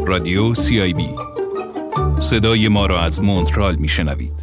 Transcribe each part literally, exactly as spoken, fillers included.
رادیو سی آی بی. صدای ما را از مونترال میشنوید.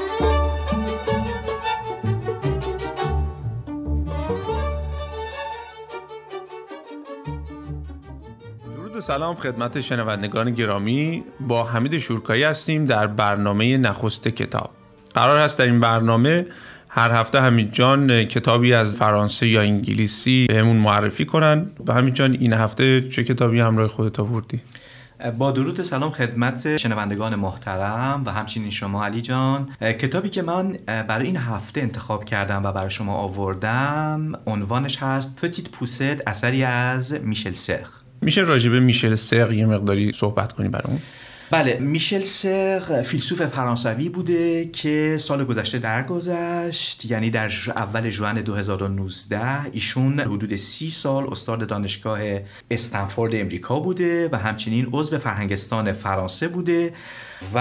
درود و سلام خدمت شنوندگان گرامی. با حمید شورکایی هستیم در برنامه نخست کتاب. قرار هست در این برنامه هر هفته حمید جان کتابی از فرانسه یا انگلیسی بهمون معرفی کنن. به حمید جان این هفته چه کتابی همراه خودت آوردی؟ با درود سلام خدمت شنوندگان محترم و همچنین شما علی جان. کتابی که من برای این هفته انتخاب کردم و برای شما آوردم عنوانش هست پتیت پوست، اثری از میشل سرخ. میشه راجع به میشل سرخ یه مقداری صحبت کنی برامون؟ بله، میشل سرخ فیلسوف فرانسوی بوده که سال گذشته درگذشت، یعنی در اول ژوئن دو هزار و نوزده. ایشون حدود سی سال استاد دانشگاه استنفورد امریکا بوده و همچنین عضو فرهنگستان فرانسه بوده و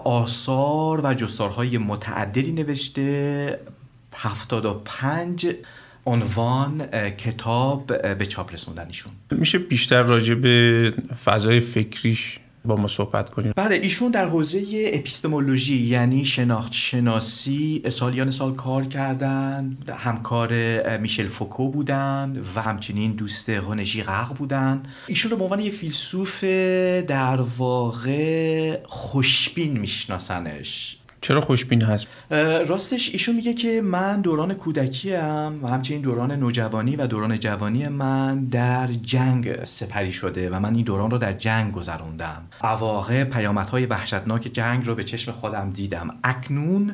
آثار و جستارهای متعددی نوشته. هفتاد و پنج عنوان کتاب به چاپ رسوندن ایشون. میشه بیشتر راجع به فضای فکریش با ما صحبت کنیم؟ بله، ایشون در حوزه اپیستمولوژی یعنی شناخت شناسی سالیان سال کار کردن، همکار میشل فوکو بودن و همچنین دوست رنه ژیرار بودن. ایشون رو به عنوان یه فیلسوف در واقع خوشبین میشناسنش. چرا خوشبین هست؟ راستش ایشون میگه که من دوران کودکیم و همچنین دوران نوجوانی و دوران جوانی من در جنگ سپری شده و من این دوران رو در جنگ گذروندم. عواقب پیامدهای وحشتناک جنگ رو به چشم خودم دیدم. اکنون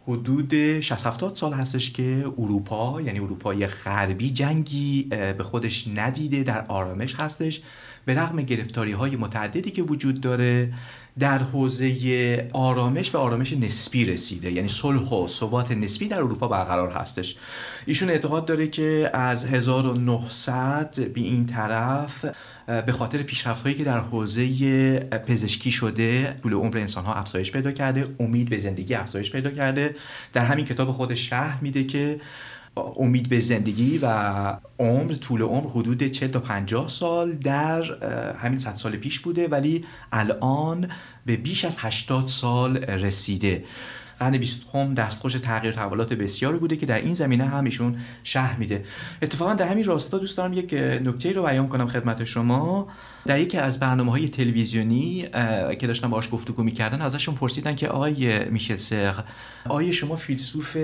حدود شصت هفتاد سال هستش که اروپا، یعنی اروپای غربی، جنگی به خودش ندیده، در آرامش هستش، به رغم گرفتاری‌های متعددی که وجود داره. در حوزه آرامش به آرامش نسبی رسیده، یعنی صلح و ثبات نسبی در اروپا برقرار هستش. ایشون اعتقاد داره که از هزار و نهصد به این طرف به خاطر پیشرفت‌هایی که در حوزه پزشکی شده، طول عمر انسان‌ها افزایش پیدا کرده، امید به زندگی افزایش پیدا کرده. در همین کتاب خودش شرح میده که امید به زندگی و عمر، طول عمر حدود چهل تا پنجاه سال در همین صد سال پیش بوده، ولی الان به بیش از هشتاد سال رسیده. قرن بیستم دستخوش تغییر تحولات بسیاری بوده که در این زمینه هم ایشون شرح میده. اتفاقا در همین راستا دوست دارم یک نکته رو بیان کنم خدمت شما. در یکی از برنامه‌های تلویزیونی که داشتن باهاش گفتگو می‌کردن، ازشون پرسیدن که آقای میشل سرخ، آیا شما فیلسوف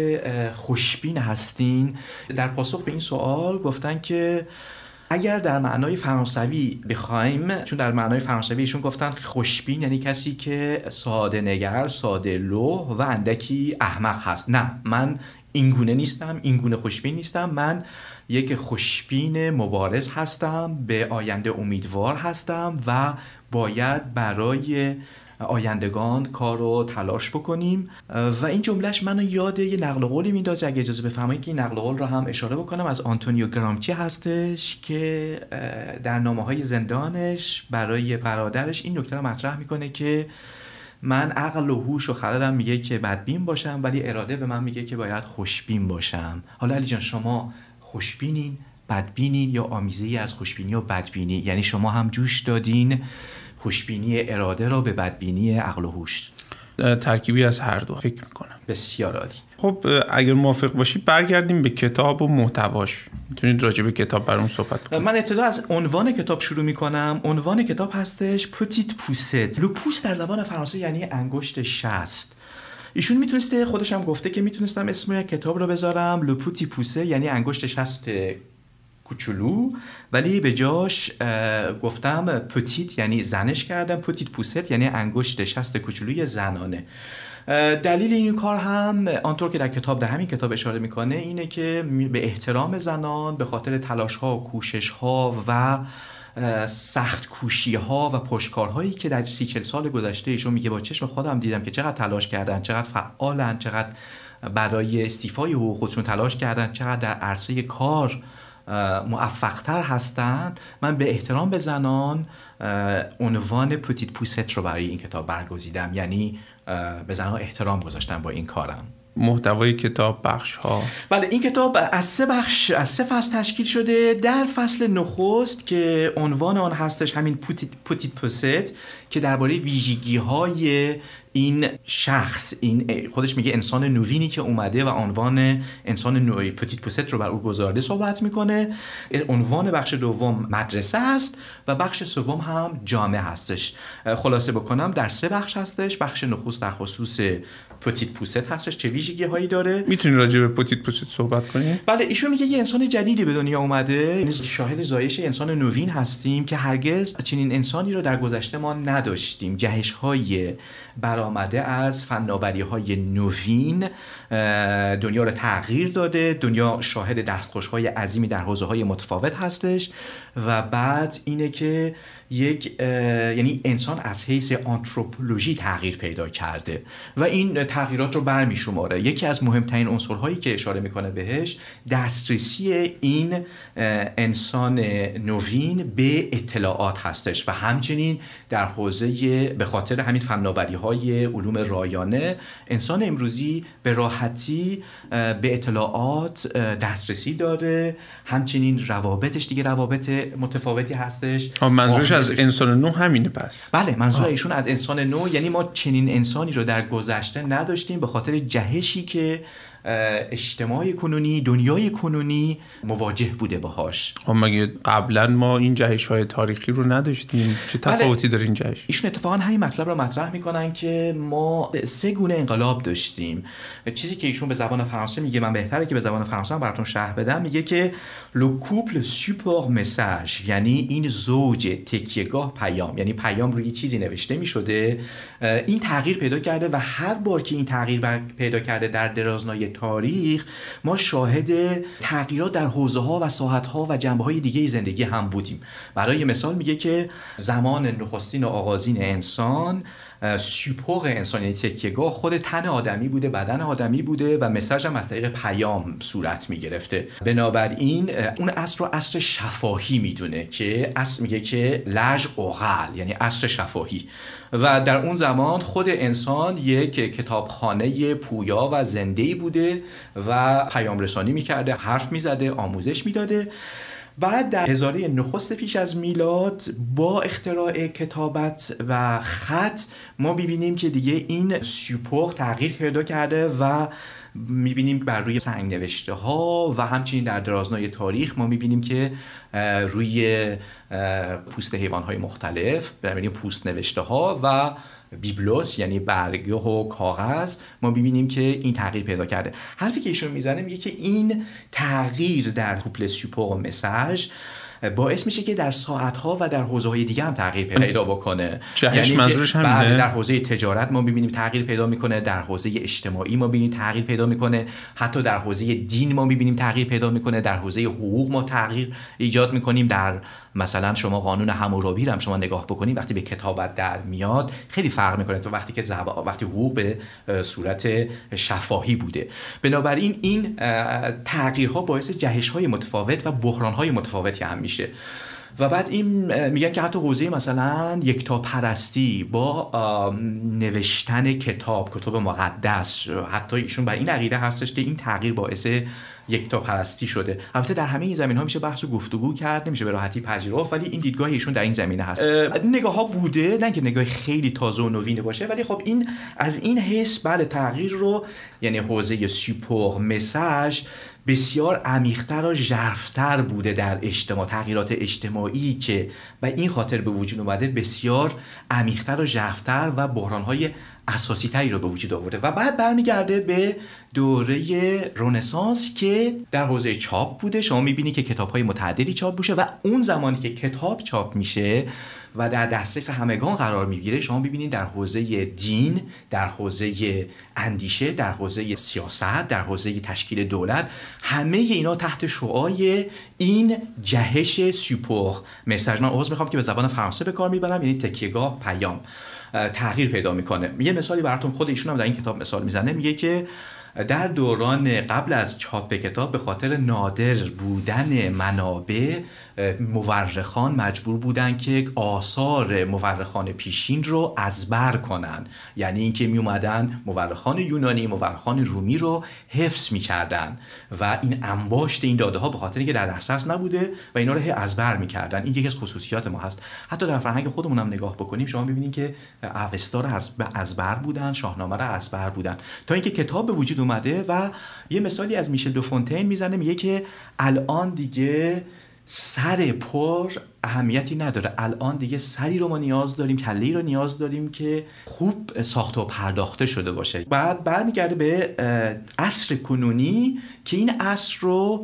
خوشبین هستین؟ در پاسخ به این سوال گفتن که اگر در معنای فرانسوی بخوایم، چون در معنای فرانسوی ایشون گفتن خوشبین یعنی کسی که ساده نگر، ساده لوح و اندکی احمق هست. نه، من اینگونه نیستم، اینگونه خوشبین نیستم. من یک خوشبین مبارز هستم، به آینده امیدوار هستم و باید برای آیندگان کار رو تلاش بکنیم. و این جملهش منو یاد یه نقل قولی میندازه، اگه اجازه بفرمایید که این نقل قول رو هم اشاره بکنم، از آنتونیو گرامچی هستش که در نامه‌های زندانش برای برادرش این نکته رو مطرح میکنه که من عقل و هوش و خردم میگه که بدبین باشم، ولی اراده به من میگه که باید خوشبین باشم. حالا علی جان، شما خوشبینین، بدبینین یا آمیزه‌ای از خوشبینی و بدبینی؟ یعنی شما هم جوش دادین خوشبینی اراده را به بدبینی عقل و هوش؟ ترکیبی از هر دو فکر میکنم. بسیار عالی. خب اگر موافق باشی برگردیم به کتاب و محتواش. میتونید راجع به کتاب برام صحبت کنید؟ من ابتدا از عنوان کتاب شروع میکنم. عنوان کتاب هستش پتیت پوست. لو پوست در زبان فرانسه یعنی انگشت شست. ایشون میتونسته، خودش هم گفته که میتونستم اسم کتاب رو بذارم لو پوتی پوسه، یعنی انگشت شست کوچولو، ولی به جاش گفتم پتیت، یعنی زنش کردم، پتیت پوست یعنی انگشت شست کوچولوی زنانه. دلیل این کار هم آنطور که در کتاب، در همین کتاب اشاره میکنه، اینه که به احترام زنان به خاطر تلاش‌ها و کوشش‌ها و سخت کوشی‌ها و پشتکارهایی که در سی چل سال گذشته، ایشون میگه با چشم خودم دیدم که چقدر تلاش کردن، چقدر فعالن، چقدر برای استیفای حقوق خودشون تلاش کردن، چقدر در عرصه کار موفق‌تر هستند. من به احترام به زنان عنوان پتیت پوست رو برای این کتاب برگزیدم، یعنی به زنان احترام گذاشتم با این کارم. محتوای کتاب، بخش ها؟ بله، این کتاب از سه بخش از سه فصل تشکیل شده. در فصل نخست که عنوان آن هستش همین پوتیت پوتیت پوست که درباره ویژگی های این شخص، این خودش میگه انسان نوینی که اومده و عنوان انسان نوعی پوتیت پوست رو بر او گذارده صحبت میکنه. عنوان بخش دوم مدرسه هست و بخش سوم هم جامعه هستش. خلاصه بکنم در سه بخش هستش. بخش نخست در خصوص پوتیت پوست هستش، چه ویژگی هایی داره. میتونی راجع به پوتیت پوست صحبت کنی؟ بله، ایشون میگه یه انسان جدیدی به دنیا اومده، یعنی شاهد زایش انسان نوین هستیم که هرگز چنین انسانی رو در گذشته ما نداشتیم. جهش های برآمده از فناوری های نوین دنیا رو تغییر داده. دنیا شاهد دستخوش های عظیمی در حوزه های متفاوت هستش و بعد اینه که یک یعنی انسان از حیث آنتروپولوژی تغییر پیدا کرده و این تغییرات رو برمی شماره. یکی از مهمترین عنصرهایی که اشاره میکنه بهش دسترسی این انسان نوین به اطلاعات هستش و همچنین در حوزه به خاطر همین فناوری های علوم رایانه انسان امروزی به راحتی به اطلاعات دسترسی داره. همچنین روابطش دیگه روابط متفاوتی هستش. منظورش از انسان نو همینه پس؟ بله، منظور ایشون از انسان نو یعنی ما چنین انسانی رو در گذشته نداشتیم به خاطر جهشی که اجتماع کنونی، دنیای کنونی مواجه بوده باهاش. اما مگه قبلا ما این جهش های تاریخی رو نداشتیم؟ چه تفاوتی داره این جهش؟ ایشون اتفاقا همین مطلب رو مطرح میکنن که ما سه گونه انقلاب داشتیم. چیزی که ایشون به زبان فرانسه میگه، من بهتره که به زبان فرانسه هم براتون شرح بدم، میگه که لو کوپل سوپور مساژ، یعنی این زوج تکیهگاه پیام، یعنی پیام روی چیزی نوشته میشده، این تغییر پیدا کرده و هر بار که این تغییر پیدا کرده در درازنای تاریخ ما شاهد تغییرات در حوزه‌ها و ساحت‌ها و جنبه‌های دیگه زندگی هم بودیم. برای مثال میگه که زمان نخستین و آغازین انسان سوپور انسان یعنی تکیهگاه خود تن آدمی بوده، بدن آدمی بوده و مساژ هم از طریق پیام صورت میگرفته. بنابراین اون عصر رو عصر شفاهی میدونه که عصر میگه که لژ اوغل یعنی عصر شفاهی و در اون زمان خود انسان یک کتابخانه پویا و زنده‌ای بوده و پیام رسانی میکرده، حرف میزده، آموزش میداده. بعد در هزاره نخست پیش از میلاد با اختراع کتابت و خط ما می‌بینیم که دیگه این سوپور تغییر پیدا کرده و می‌بینیم بر روی سنگ نوشته ها و همچنین در درازنای تاریخ ما می‌بینیم که روی پوست حیوان‌های مختلف ببینیم پوست نوشته ها و بیبلوس یعنی برگه و کاغذ ما می‌بینیم که این تغییر پیدا کرده. حرفی که ایشون میزنه میگه که این تغییر در کوپل سوپور و مساژ باعث میشه که در ساعت‌ها و در حوزه‌های دیگه هم تغییر پیدا بکنه. یعنی منظورش همینه؟ در حوزه تجارت ما می‌بینیم تغییر پیدا میکنه، در حوزه اجتماعی ما می‌بینیم تغییر پیدا میکنه، حتی در حوزه دین ما می‌بینیم تغییر پیدا میکنه، در حوزه حقوق ما تغییر ایجاد میکنیم. در مثلا شما قانون حمورابی رو هم شما نگاه بکنید وقتی به کتابت در میاد خیلی فرق میکنه تا وقتی که زبا... وقتی حقوق به صورت شفاهی بوده. بنابراین این تغییرها باعث جهش‌های متفاوت و بحران‌های متفاوتی هم میشه. و بعد این میگن که حتی حوزه مثلا یکتاپرستی با نوشتن کتاب کتاب مقدس، حتی ایشون بر این عقیده هستش که این تغییر باعث یکتاپرستی شده. البته در همه این زمینه‌ها میشه بحث و گفتگو کرد، نمیشه به راحتی پذیرفت، ولی این دیدگاه ایشون در این زمینه هست. نگاه‌ها بوده، نه که نگاه خیلی تازه و نوینه باشه، ولی خب این از این حیث بعد تغییر رو یعنی حوزه سوپور مساژ بسیار عمیق‌تر و ژرف‌تر بوده در اجتماع. تغییرات اجتماعی که به این خاطر به وجود اومده بسیار عمیق‌تر و ژرف‌تر و بحران‌های اساسی تری رو به وجود آورده. و بعد برمیگرده به دوره رنسانس که در حوزه چاپ بوده. شما میبینی که کتاب‌های متعددی چاپ میشه و اون زمانی که کتاب چاپ میشه و در دسترس همگان قرار میگیره شما ببینید در حوزه دین، در حوزه اندیشه، در حوزه سیاست، در حوزه تشکیل دولت، همه اینا تحت شعاع این جهش سوپور مساژ، من عذر میخوام که به زبان فرانسه به کار میبرم، یعنی تکیهگاه پیام، تغییر پیدا میکنه. یه مثالی براتون خود ایشون هم در این کتاب مثال میزنه، میگه که در دوران قبل از چاپ کتاب به خاطر نادر بودن منابع مورخان مجبور بودن که آثار مورخان پیشین رو ازبر کنن، یعنی اینکه می اومدن مورخان یونانی، مورخان رومی رو حفظ می‌کردن و این انباشت این داده ها به خاطر اینکه در دسترس نبوده و اینا رو ازبر می‌کردن. این یکی از خصوصیات ما هست. حتی در فرهنگ خودمون هم نگاه بکنیم شما می‌بینید که اوستا رو ازبر بودن، شاهنامه رو ازبر بودن، تا اینکه کتاب به وجود اومده. و یه مثالی از میشل دو فونتین میزنه، میگه که الان دیگه سر پر اهمیتی نداره، الان دیگه سری رو ما نیاز داریم، کله‌ای رو نیاز داریم که خوب ساخته و پرداخته شده باشه. بعد برمیگرده به عصر کنونی که این عصر رو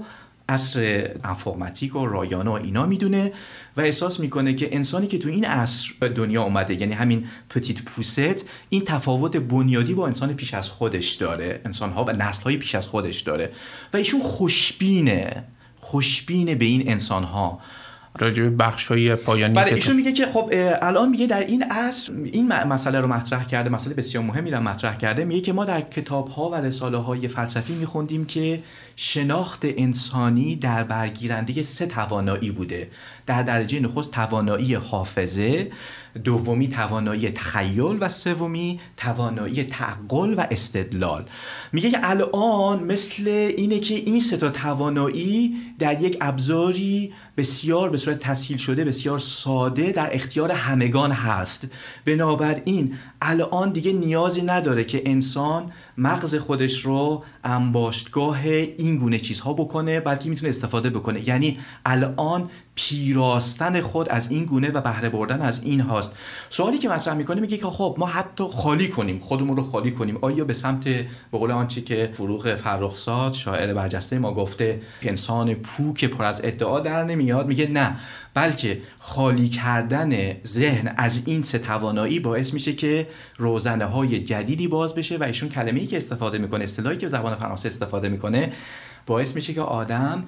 عصر انفورماتیک و رایانه و اینا میدونه و احساس میکنه که انسانی که تو این عصر دنیا اومده، یعنی همین پتیت پوست، این تفاوت بنیادی با انسان پیش از خودش داره، انسان‌ها و نسل‌های پیش از خودش داره و ایشون خوشبینه خوشبینه به این انسان‌ها. راجع به بخش‌های پایانی بله، ایشون میگه که خب الان میگه در این عصر این مسئله رو مطرح کرده، مسئله بسیار مهمی رو مطرح کرده. میگه که ما در کتاب‌ها و رساله‌های فلسفی میخوندیم که شناخت انسانی در برگیرنده سه توانایی بوده. در درجه نخست توانایی حافظه، دومی توانایی تخیل و سومی توانایی تعقل و استدلال. میگه که الان مثل اینه که این سه تا توانایی در یک ابزاری بسیار به صورت تسهیل شده، بسیار ساده در اختیار همگان هست. بنابراین الان دیگه نیازی نداره که انسان مغز خودش رو انباشتگاه این گونه چیزها بکنه، بلکه میتونه استفاده بکنه. یعنی الان پیراستن خود از این گونه و بهره بردن از این هاست. سوالی که مطرح میکنه میگه که خب ما حتی خالی کنیم، خودمون رو خالی کنیم، آیا به سمت به قول آنچه که فروغ فرخزاد شاعر برجسته ما گفته انسان پوک پر از ادعا در نمیاد؟ میگه نه، بلکه خالی کردن ذهن از این سه توانایی باعث میشه که روزنه های جدیدی باز بشه و ایشون کلمه‌ای که استفاده میکنه، اصطلاحی که زبان فرانسه استفاده میکنه، باعث میشه که آدم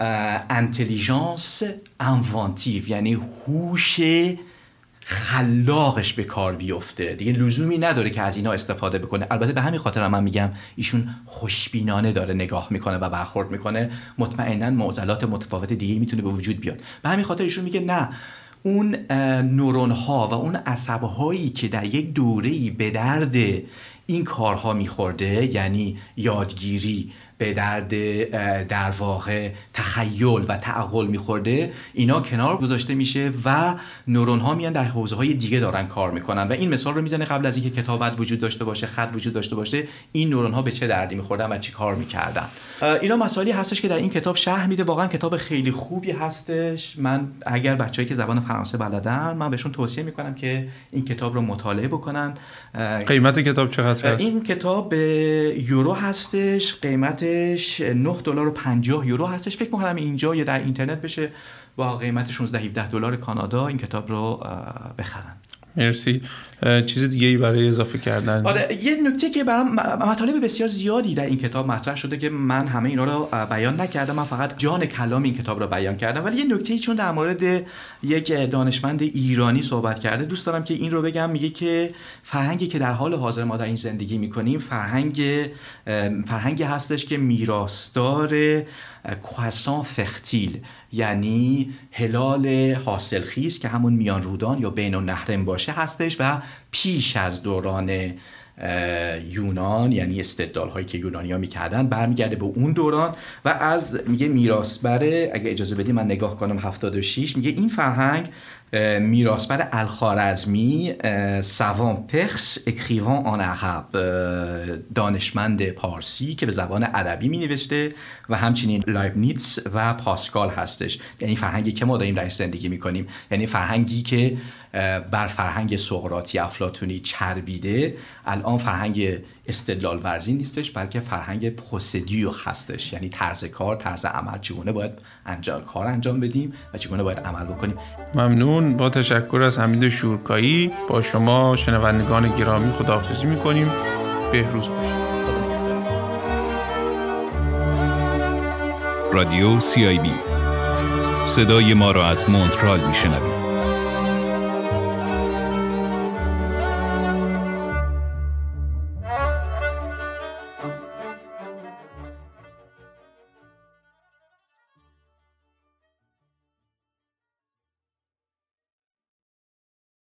انتلیژانس انوانتیو، یعنی هوش خلاقش به کار بیفته. دیگه لزومی نداره که از اینا استفاده بکنه. البته به همین خاطر من میگم ایشون خوشبینانه داره نگاه میکنه و برخورد میکنه، مطمئنا معضلات متفاوت دیگه میتونه به وجود بیاد. به همین خاطر ایشون میگه نه، اون نورون ها و اون عصب هایی که در یک دوره‌ای به درد این کارها میخورده، یعنی یادگیری، به درد در واقع تخیل و تعقل میخورده، اینا کنار گذاشته میشه و نورون ها میان در حوزه های دیگه دارن کار میکنن. و این مثال رو میزنه قبل از اینکه کتابت وجود داشته باشه، خط وجود داشته باشه، این نورون ها به چه دردی میخوردن و چی کار میکردن. اینا مسائلی هستش که در این کتاب شرح میده. واقعا کتاب خیلی خوبی هستش. من اگر بچه‌ای که زبان فرانسه بلدن، من بهشون توصیه میکنم که این کتاب رو مطالعه بکنن. قیمت کتاب چقدر هست؟ این کتاب به یورو هستش، قیمت نه دلار و پنجاه یورو هستش. فکر می‌کنم اینجا یا در اینترنت بشه با قیمت شانزده هفده دلار کانادا این کتاب رو بخرن. مرسی. چیز دیگه ای برای اضافه کردن؟ آره، یه نکته که برام مطالب بسیار زیادی در این کتاب مطرح شده که من همه اینا رو بیان نکردم، من فقط جان کلام این کتاب رو بیان کردم. ولی یه نکته‌ای چون در مورد یک دانشمند ایرانی صحبت کرده، دوست دارم که این رو بگم. میگه که فرهنگی که در حال حاضر ما در این زندگی می‌کنیم، فرهنگ فرهنگی هستش که میراثدار کواسان فرتیل، یعنی هلال حاصلخیز که همون میان رودان یا بین النهرین باشه هستش و پیش از دوران یونان، یعنی استدلال هایی که یونانی‌ها میکردن، برمیگرده به اون دوران و از میگه میراثبر، اگه اجازه بدی من نگاه کنم، هفتاد و شش، میگه این فرهنگ میراثبر الخوارزمی، سوان پرس اکریوان آن عرب، دانشمند پارسی که به زبان عربی می نوشته و همچنین لایبنیتس و پاسکال هستش. یعنی فرهنگی که ما داریم درش زندگی می کنیم، یعنی فرهنگی که بر فرهنگ سقراطی افلاطونی چربیده، الان فرهنگ استدلال ورزی نیستش، بلکه فرهنگ پروسیدور هستش، یعنی طرز کار، طرز عمل، چگونه باید انجام کار انجام بدیم و چگونه باید عمل بکنیم. ممنون. با تشکر از حمید شورکایی با شما شنوندگان گرامی خداحافظی می‌کنیم. بهروز باشید. رادیو سی آی بی، صدای ما را از مونترال میشنوید.